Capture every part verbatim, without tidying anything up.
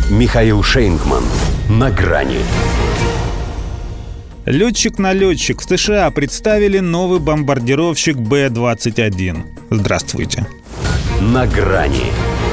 Михаил Шейнгман. На грани. Летчик-налетчик. В США представили новый бомбардировщик Бэ двадцать один. Здравствуйте. На грани.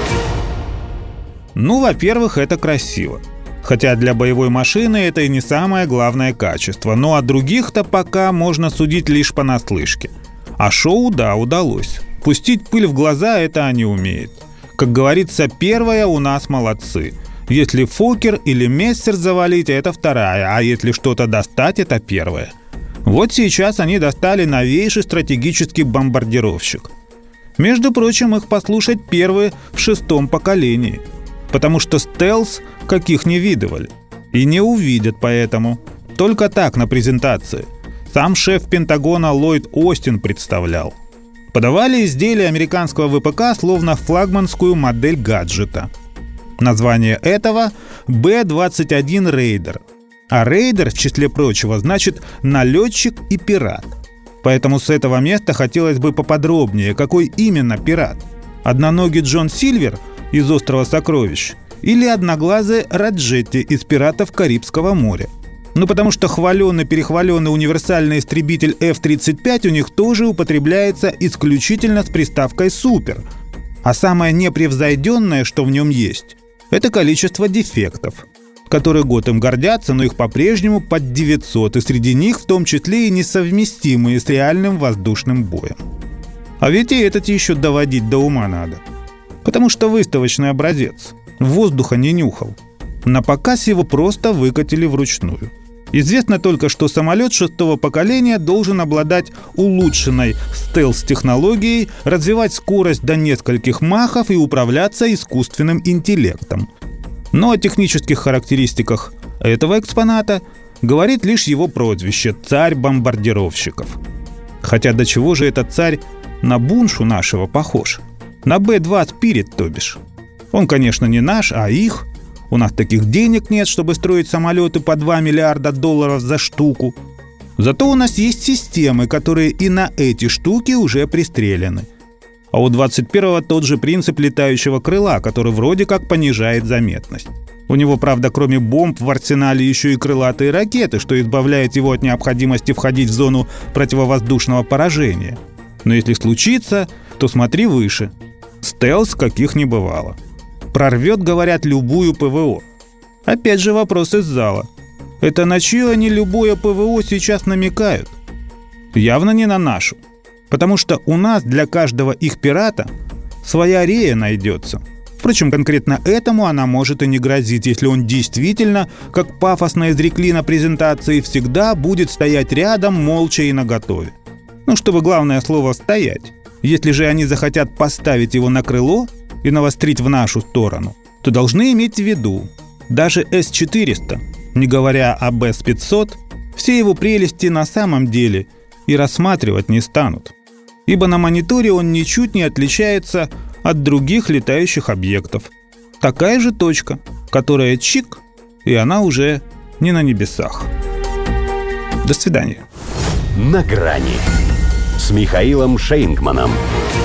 Ну, во-первых, это красиво. Хотя для боевой машины это и не самое главное качество. Но о других-то пока можно судить лишь понаслышке. А шоу, да, удалось. Пустить пыль в глаза это они умеют. Как говорится, первая у нас молодцы. Если Фоккер или Мессер завалить, это вторая, а если что-то достать, это первая. Вот сейчас они достали новейший стратегический бомбардировщик. Между прочим, их послушать первые в шестом поколении. Потому что стелс каких не видывали. И не увидят поэтому. Только так на презентации. Сам шеф Пентагона Ллойд Остин представлял. Подавали изделия американского ВПК словно флагманскую модель гаджета. Название этого – Бэ двадцать один Рейдер. А Рейдер, в числе прочего, значит налетчик и пират. Поэтому с этого места хотелось бы поподробнее, какой именно пират. Одноногий Джон Сильвер из «Острова сокровищ» или одноглазый Раджетти из «Пиратов Карибского моря». Ну, потому что хваленый-перехваленный универсальный истребитель эф тридцать пять у них тоже употребляется исключительно с приставкой «супер». А самое непревзойденное, что в нем есть, это количество дефектов, которые год им гордятся, но их по-прежнему под девятьсот, и среди них в том числе и несовместимые с реальным воздушным боем. А ведь и этот еще доводить до ума надо. Потому что выставочный образец воздуха не нюхал. На показ его просто выкатили вручную. Известно только, что самолет шестого поколения должен обладать улучшенной стелс-технологией, развивать скорость до нескольких махов и управляться искусственным интеллектом. Но о технических характеристиках этого экспоната говорит лишь его прозвище – царь бомбардировщиков. Хотя до чего же этот царь на Буншу нашего похож? На Бэ два Spirit, то бишь. Он, конечно, не наш, а их. У нас таких денег нет, чтобы строить самолеты по два миллиарда долларов за штуку. Зато у нас есть системы, которые и на эти штуки уже пристреляны. А у двадцать первого тот же принцип летающего крыла, который вроде как понижает заметность. У него, правда, кроме бомб в арсенале еще и крылатые ракеты, что избавляет его от необходимости входить в зону противовоздушного поражения. Но если случится, то смотри выше. Стелс каких не бывало. Прорвет, говорят, любую ПВО. Опять же вопрос из зала. Это на чье они любое ПВО сейчас намекают? Явно не на нашу. Потому что у нас для каждого их пирата своя рея найдется. Впрочем, конкретно этому она может и не грозить, если он действительно, как пафосно изрекли на презентации, всегда будет стоять рядом, молча и наготове. Ну, чтобы главное слово «стоять». Если же они захотят поставить его на крыло и навострить в нашу сторону, то должны иметь в виду, даже эс четыреста, не говоря об эс пятьсот, все его прелести на самом деле и рассматривать не станут. Ибо на мониторе он ничуть не отличается от других летающих объектов. Такая же точка, которая чик, и она уже не на небесах. До свидания. На грани с Михаилом Шейнгманом.